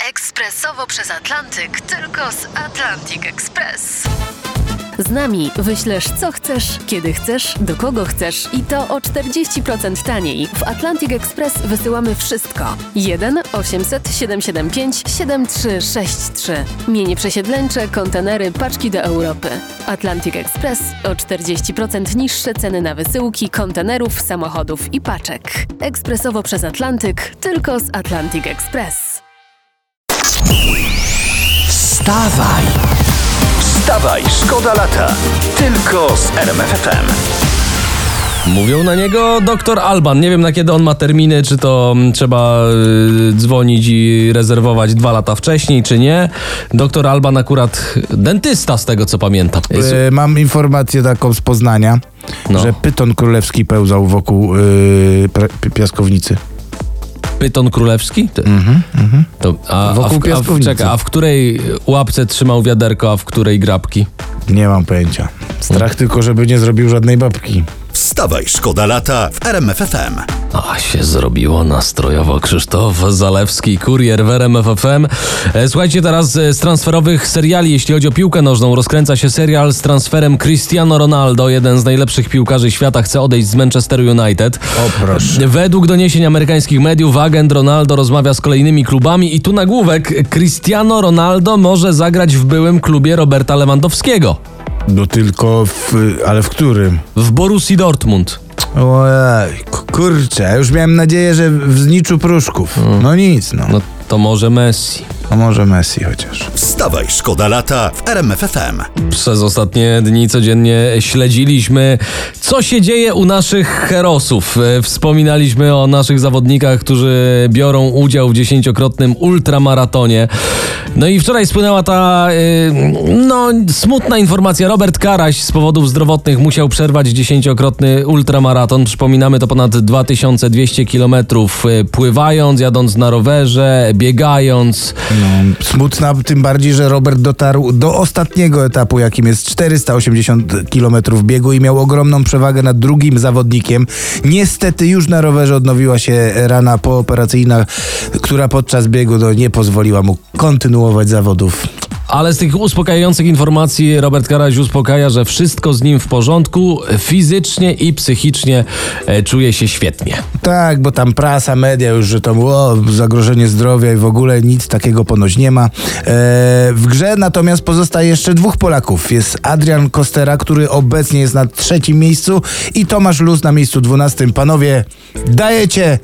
Ekspresowo przez Atlantyk, tylko z Atlantic Express. Z nami wyślesz co chcesz, kiedy chcesz, do kogo chcesz i to o 40% taniej. W Atlantic Express wysyłamy wszystko. 1 800 775 7363. Mienie przesiedleńcze, kontenery, paczki do Europy. Atlantic Express o 40% niższe ceny na wysyłki, kontenerów, samochodów i paczek. Ekspresowo przez Atlantyk, tylko z Atlantic Express. Wstawaj! Wstawaj, szkoda lata. Tylko z RMF FM. Mówią na niego Dr. Alban. Nie wiem, na kiedy on ma terminy, czy to trzeba dzwonić i rezerwować 2 lata wcześniej, czy nie. Dr. Alban akurat dentysta, z tego co pamiętam. Mam informację taką z Poznania, że pyton królewski pełzał wokół piaskownicy. Pyton królewski? Wokół piaskownicy. Czekaj, a w której łapce trzymał wiaderko, a w której grabki? Nie mam pojęcia. Strach tylko, żeby nie zrobił żadnej babki. Wstawaj, szkoda lata w RMF FM. A się zrobiło nastrojowo. Krzysztof Zalewski, kurier w RMF FM. Słuchajcie, teraz z transferowych seriali, jeśli chodzi o piłkę nożną, rozkręca się serial z transferem Cristiano Ronaldo. Jeden z najlepszych piłkarzy świata chce odejść z Manchester United. O proszę. Według doniesień amerykańskich mediów agent Ronaldo rozmawia z kolejnymi klubami i tu nagłówek: Cristiano Ronaldo może zagrać w byłym klubie Roberta Lewandowskiego. No tylko ale w którym? W Borussii Dortmund. Ojej, kurczę, ja już miałem nadzieję, że w zniczu pruszków. No nic, no. No to może Messi. A może Messi chociaż. Wstawaj, szkoda lata w RMF FM. Przez ostatnie dni codziennie śledziliśmy, co się dzieje u naszych herosów. Wspominaliśmy o naszych zawodnikach, którzy biorą udział w 10-krotnym ultramaratonie. No i wczoraj spłynęła ta smutna informacja. Robert Karaś z powodów zdrowotnych musiał przerwać 10-krotny ultramaraton. Przypominamy, to ponad 2200 kilometrów pływając, jadąc na rowerze, biegając. No, smutna, tym bardziej, że Robert dotarł do ostatniego etapu, jakim jest 480 km biegu i miał ogromną przewagę nad drugim zawodnikiem. Niestety już na rowerze odnowiła się rana pooperacyjna, która podczas biegu nie pozwoliła mu kontynuować zawodów. Ale z tych uspokajających informacji Robert Karaś uspokaja, że wszystko z nim w porządku, fizycznie i psychicznie czuje się świetnie. Tak, bo tam prasa, media już, że to było zagrożenie zdrowia i w ogóle nic takiego ponoć nie ma. W grze natomiast pozostaje jeszcze 2 Polaków. Jest Adrian Kostera, który obecnie jest na 3. miejscu i Tomasz Luz na miejscu 12. Panowie, dajecie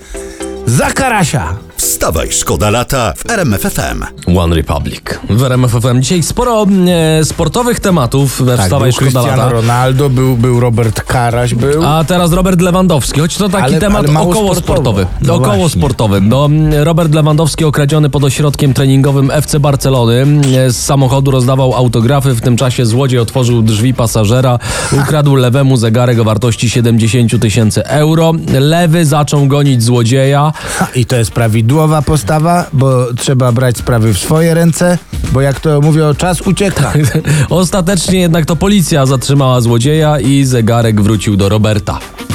za Karasia! Wstawaj, szkoda lata w RMF FM. One Republic w RMF FM. Dzisiaj sporo sportowych tematów we Wstawaj, szkoda lata. Cristiano Ronaldo, był Robert Karaś, A teraz Robert Lewandowski, choć to taki temat okołosportowy. No okołosportowy. Robert Lewandowski okradziony pod ośrodkiem treningowym FC Barcelony. Z samochodu rozdawał autografy. W tym czasie złodziej otworzył drzwi pasażera. Ukradł lewemu zegarek o wartości 70 000 euro. Lewy zaczął gonić złodzieja. I to jest prawidłowa postawa, bo trzeba brać sprawy w swoje ręce, bo jak to mówią, czas ucieka. Ostatecznie jednak to policja zatrzymała złodzieja i zegarek wrócił do Roberta.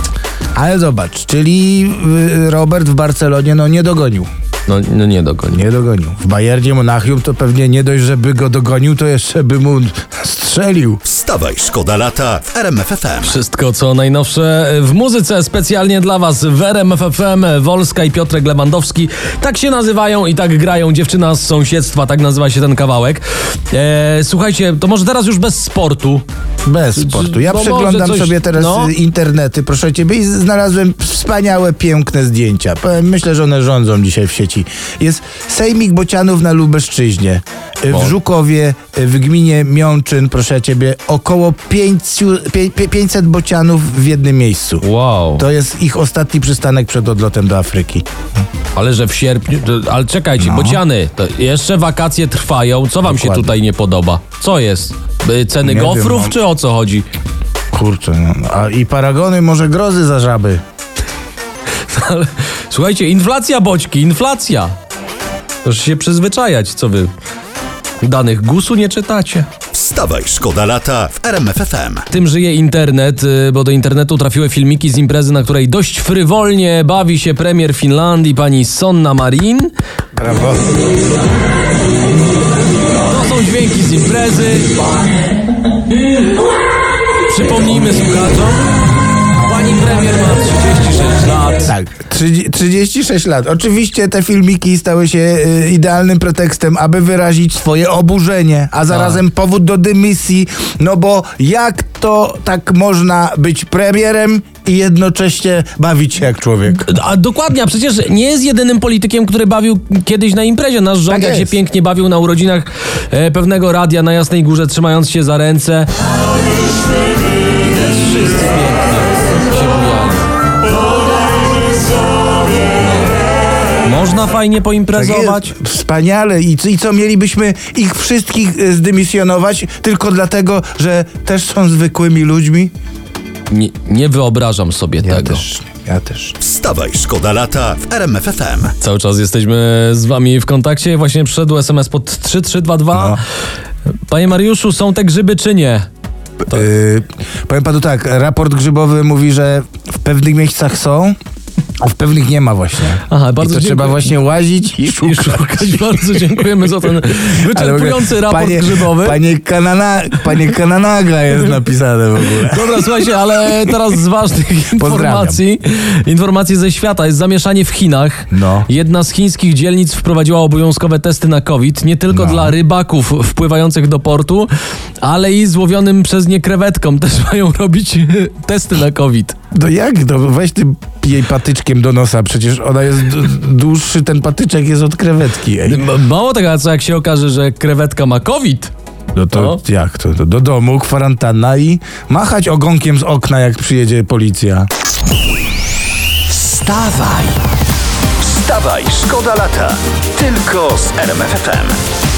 Ale zobacz, czyli Robert w Barcelonie nie dogonił. No nie dogonił. Nie dogonił. W Bayernie Monachium to pewnie nie dość, żeby go dogonił, to jeszcze by mu strzelił. Wstawaj, szkoda lata w RMF FM. Wszystko co najnowsze w muzyce specjalnie dla was w RMF FM. Wolska i Piotrek Lewandowski. Tak się nazywają i tak grają. Dziewczyna z sąsiedztwa, tak nazywa się ten kawałek. Słuchajcie, to może teraz już bez sportu. Bez sportu. Ja przeglądam sobie teraz internety, proszę ciebie, i znalazłem wspaniałe, piękne zdjęcia. Myślę, że one rządzą dzisiaj w sieci. Jest Sejmik Bocianów na Lubelszczyźnie. W Żukowie, w gminie Miączyn, proszę ciebie, około 500 bocianów w jednym miejscu. Wow. To jest ich ostatni przystanek przed odlotem do Afryki. Ale że w sierpniu... Ale czekajcie, bociany, to jeszcze wakacje trwają. Co wam się tutaj nie podoba? Co jest? Ceny Nie gofrów, wiem, czy o co chodzi? Kurczę, a i paragony, może grozy za żaby. Ale, słuchajcie, inflacja, boćki, inflacja. Proszę się przyzwyczajać, co wy danych GUS-u nie czytacie. Wstawaj, szkoda lata w RMF FM. Tym żyje internet, bo do internetu trafiły filmiki z imprezy, na której dość frywolnie bawi się premier Finlandii, pani Sanna Marin. Brawo. dźwięki z imprezy. Przypomnijmy słuchaczom, pani premier ma 36 lat. Tak, 36 lat. Oczywiście te filmiki stały się idealnym pretekstem, aby wyrazić swoje oburzenie, a zarazem powód do dymisji, no bo jak to tak można być premierem i jednocześnie bawić się jak człowiek? A dokładnie, a przecież nie jest jedynym politykiem, który bawił kiedyś na imprezie. Nasz rząd, Tak jak jest. się pięknie bawił na urodzinach pewnego radia na Jasnej Górze, trzymając się za ręce. Wszyscy pięknie się bujali. Można fajnie poimprezować. Tak jest. Wspaniale. I co, mielibyśmy ich wszystkich zdymisjonować tylko dlatego, że też są zwykłymi ludźmi? Nie wyobrażam sobie tego. Ja też. Wstawaj, szkoda lata w RMF FM. Cały czas jesteśmy z wami w kontakcie. Właśnie przyszedł SMS pod 3322. No. Panie Mariuszu, są te grzyby czy nie? Powiem panu tak, raport grzybowy mówi, że w pewnych miejscach są, a w pewnych nie ma właśnie. Aha, bardzo I to dziękuję. trzeba właśnie łazić i szukać. Bardzo dziękujemy za ten wyczerpujący raport grzybowy. Panie Kananaga jest napisane w ogóle. Dobra, słuchajcie, ale teraz z ważnych informacji ze świata. Jest zamieszanie w Chinach. No. Jedna z chińskich dzielnic wprowadziła obowiązkowe testy na COVID, nie tylko dla rybaków wpływających do portu, ale i złowionym przez nie krewetkom też mają robić testy na COVID. No jak? No weź ty jej patyczkiem do nosa, przecież ona jest dłuższy, ten patyczek jest od krewetki. Ej. Mało tego, a co jak się okaże, że krewetka ma COVID? No to No. jak to? Do domu, kwarantanna i machać ogonkiem z okna, jak przyjedzie policja. Wstawaj, szkoda lata. Tylko z RMF FM.